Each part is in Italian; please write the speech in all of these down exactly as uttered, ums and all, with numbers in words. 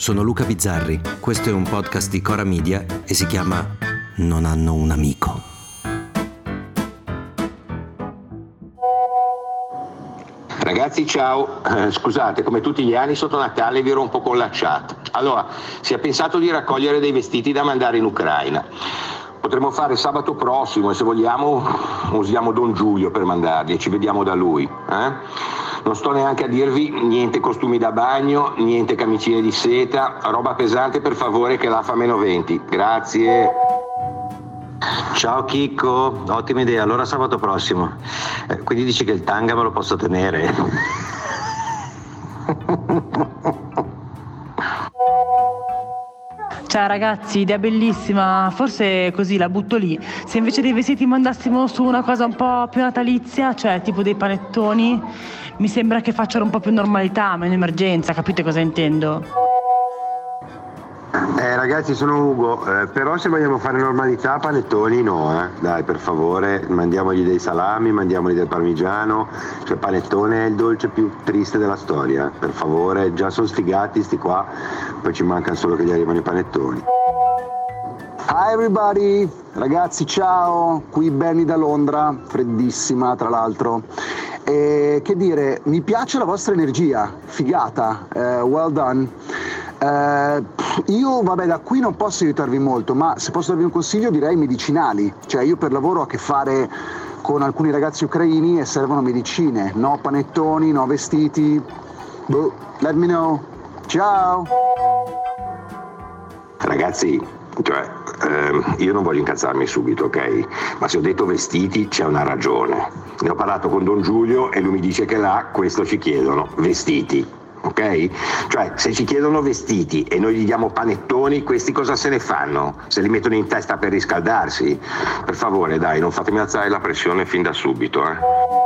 sono Luca Bizzarri, questo è un podcast di Cora Media e si chiama Non hanno un amico. Ragazzi, ciao, eh, scusate, come tutti gli anni sotto Natale vi rompo con la chat. Allora, si è pensato di raccogliere dei vestiti da mandare in Ucraina. Potremmo fare sabato prossimo e se vogliamo usiamo Don Giulio per mandarli e ci vediamo da lui. Eh? Non sto neanche a dirvi niente costumi da bagno, niente camicine di seta, roba pesante per favore che la fa meno venti. Grazie. Ciao Chicco, ottima idea, allora sabato prossimo. Eh, quindi dici che il tanga me lo posso tenere? Ciao ragazzi, idea bellissima, forse così la butto lì. Se invece dei vestiti mandassimo su una cosa un po' più natalizia, cioè tipo dei panettoni, mi sembra che facciano un po' più normalità, meno emergenza, capite cosa intendo? Eh ragazzi, sono Ugo, eh, però se vogliamo fare normalità panettoni no, eh. Dai, per favore, mandiamogli dei salami, mandiamogli del parmigiano, cioè panettone è il dolce più triste della storia, per favore, già sono sfigati sti qua, poi ci mancano solo che gli arrivano i panettoni. Hi everybody, ragazzi ciao, qui Benny da Londra, freddissima tra l'altro. E che dire, mi piace la vostra energia, figata, eh, well done. Eh, io vabbè da qui non posso aiutarvi molto, ma se posso darvi un consiglio direi medicinali, cioè io per lavoro ho a che fare con alcuni ragazzi ucraini e servono medicine, no panettoni, no vestiti, boh, let me know, ciao! Ragazzi, cioè, ehm, io non voglio incazzarmi subito, ok? Ma se ho detto vestiti c'è una ragione. Ne ho parlato con Don Giulio e lui mi dice che là questo ci chiedono, vestiti. Ok? Cioè, se ci chiedono vestiti e noi gli diamo panettoni, questi cosa se ne fanno? Se li mettono in testa per riscaldarsi? Per favore, dai, non fatemi alzare la pressione fin da subito, eh.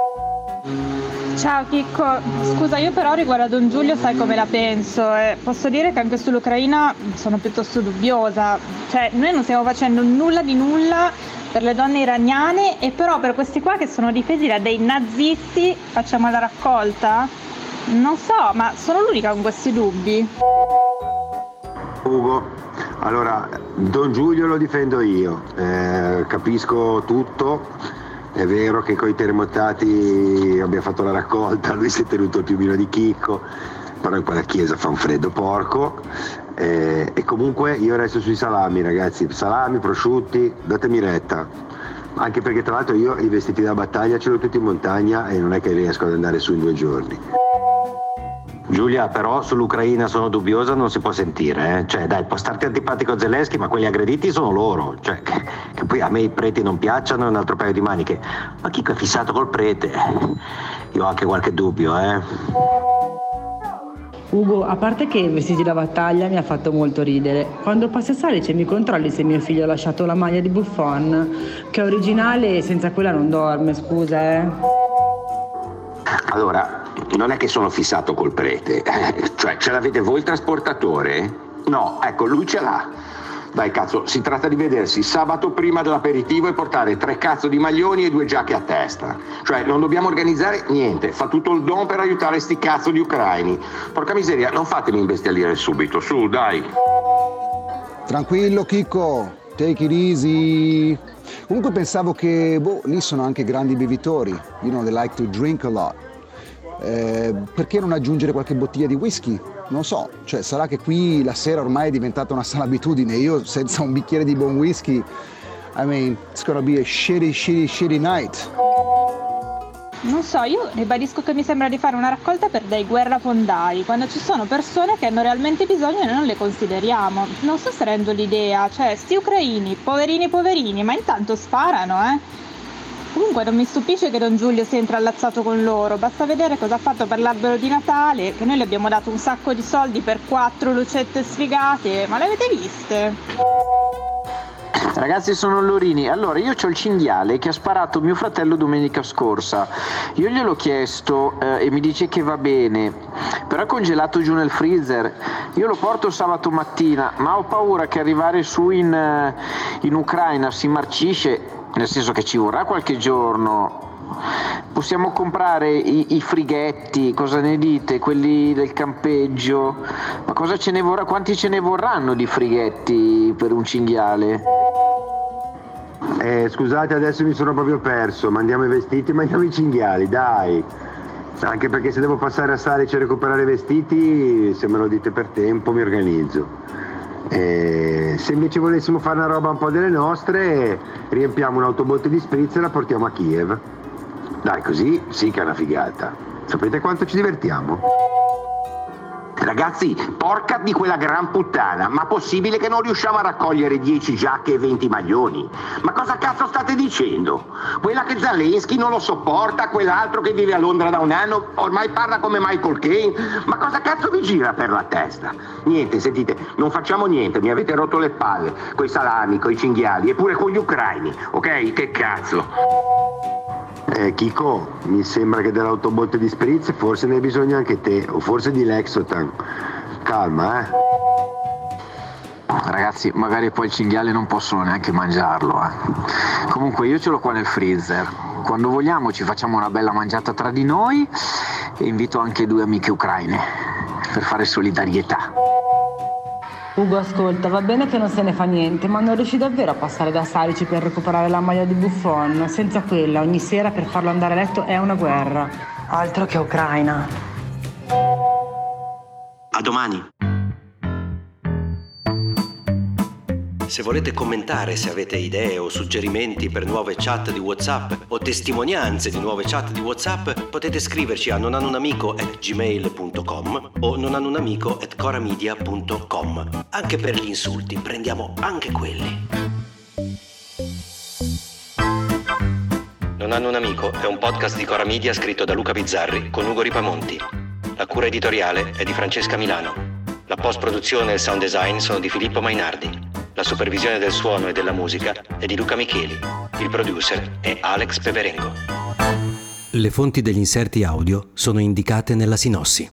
Ciao Chicco, scusa, io però riguardo a Don Giulio sai come la penso e posso dire che anche sull'Ucraina sono piuttosto dubbiosa. Cioè, noi non stiamo facendo nulla di nulla per le donne iraniane e però per questi qua che sono difesi da dei nazisti facciamo la raccolta? Non so, ma sono l'unica con questi dubbi. Ugo, allora Don Giulio lo difendo io, eh, capisco tutto, è vero che con i terremotati abbiamo fatto la raccolta, lui si è tenuto il piumino di Chicco, però in quella chiesa fa un freddo porco, eh, e comunque io resto sui salami ragazzi, salami, prosciutti, datemi retta. Anche perché tra l'altro io i vestiti da battaglia ce l'ho tutti in montagna e non è che riesco ad andare su in due giorni. Giulia, però sull'Ucraina sono dubbiosa, non si può sentire, eh? Cioè dai, può starti antipatico Zelensky, ma quelli aggrediti sono loro, cioè che, che poi a me i preti non piacciono è un altro paio di maniche, ma Chicco è fissato col prete, io ho anche qualche dubbio, eh. Ugo, a parte che i vestiti da battaglia mi ha fatto molto ridere, quando passi a Salice mi controlli se mio figlio ha lasciato la maglia di Buffon, che è originale e senza quella non dorme, scusa, eh. Allora, non è che sono fissato col prete, cioè ce l'avete voi il trasportatore? No, ecco, lui ce l'ha. Dai cazzo, si tratta di vedersi sabato prima dell'aperitivo e portare tre cazzo di maglioni e due giacche a testa. Cioè non dobbiamo organizzare niente, fa tutto il don per aiutare sti cazzo di ucraini. Porca miseria, non fatemi imbestialire subito, su, dai. Tranquillo Chicco, take it easy. Comunque pensavo che, boh, lì sono anche grandi bevitori, you know, they like to drink a lot. Eh, perché non aggiungere qualche bottiglia di whisky? Non so, cioè sarà che qui la sera ormai è diventata una sana abitudine, io senza un bicchiere di buon whisky, I mean, it's gonna be a shitty, shitty, shitty night. Non so, io ribadisco che mi sembra di fare una raccolta per dei guerrafondai, quando ci sono persone che hanno realmente bisogno e noi non le consideriamo. Non so se rendo l'idea, cioè sti ucraini, poverini poverini, ma intanto sparano, eh. Comunque non mi stupisce che Don Giulio sia intrallazzato con loro, basta vedere cosa ha fatto per l'albero di Natale, che noi le abbiamo dato un sacco di soldi per quattro lucette sfigate, ma le avete viste? Ragazzi, sono Lorini. Allora, io c'ho il cinghiale che ha sparato mio fratello domenica scorsa. Io gliel'ho chiesto eh, e mi dice che va bene, però è congelato giù nel freezer. Io lo porto sabato mattina, ma ho paura che arrivare su in, in Ucraina si marcisce, nel senso che ci vorrà qualche giorno. Possiamo comprare i, i frighetti, cosa ne dite? Quelli del campeggio. Ma cosa ce ne vorrà? Quanti ce ne vorranno di frighetti per un cinghiale? Eh, scusate, adesso mi sono proprio perso. Mandiamo i vestiti, mandiamo i cinghiali, dai. Anche perché se devo passare a Salice a recuperare i vestiti, se me lo dite per tempo mi organizzo. Eh, se invece volessimo fare una roba un po' delle nostre, riempiamo un autobotte di spritz e la portiamo a Kiev. Dai, così sì che è una figata. Sapete quanto ci divertiamo? Ragazzi, porca di quella gran puttana, ma possibile che non riusciamo a raccogliere dieci giacche e venti maglioni? Ma cosa cazzo state dicendo? Quella che Zelensky non lo sopporta, quell'altro che vive a Londra da un anno, ormai parla come Michael Caine, ma cosa cazzo vi gira per la testa? Niente, sentite, non facciamo niente, mi avete rotto le palle, coi salami, coi cinghiali, eppure con gli ucraini, ok? Che cazzo? Eh, Chico, mi sembra che dell'autobotte di spritz forse ne hai bisogno anche te, o forse di Lexotan. Calma, eh. Ragazzi, magari poi il cinghiale non possono neanche mangiarlo, eh. Comunque io ce l'ho qua nel freezer. Quando vogliamo ci facciamo una bella mangiata tra di noi e invito anche due amiche ucraine per fare solidarietà. Ugo, ascolta, va bene che non se ne fa niente, ma non riesci davvero a passare da Salice per recuperare la maglia di Buffon? Senza quella, ogni sera per farlo andare a letto è una guerra. Altro che Ucraina. A domani. Se volete commentare, se avete idee o suggerimenti per nuove chat di WhatsApp o testimonianze di nuove chat di WhatsApp, potete scriverci a nonhanunamico at gmail punto com o nonhanunamico at coramedia punto com. Anche per gli insulti, prendiamo anche quelli. Non hanno un amico è un podcast di Cora Media scritto da Luca Bizzarri con Ugo Ripamonti. La cura editoriale è di Francesca Milano. La post-produzione e il sound design sono di Filippo Mainardi. La supervisione del suono e della musica è di Luca Micheli. Il producer è Alex Peverengo. Le fonti degli inserti audio sono indicate nella sinossi.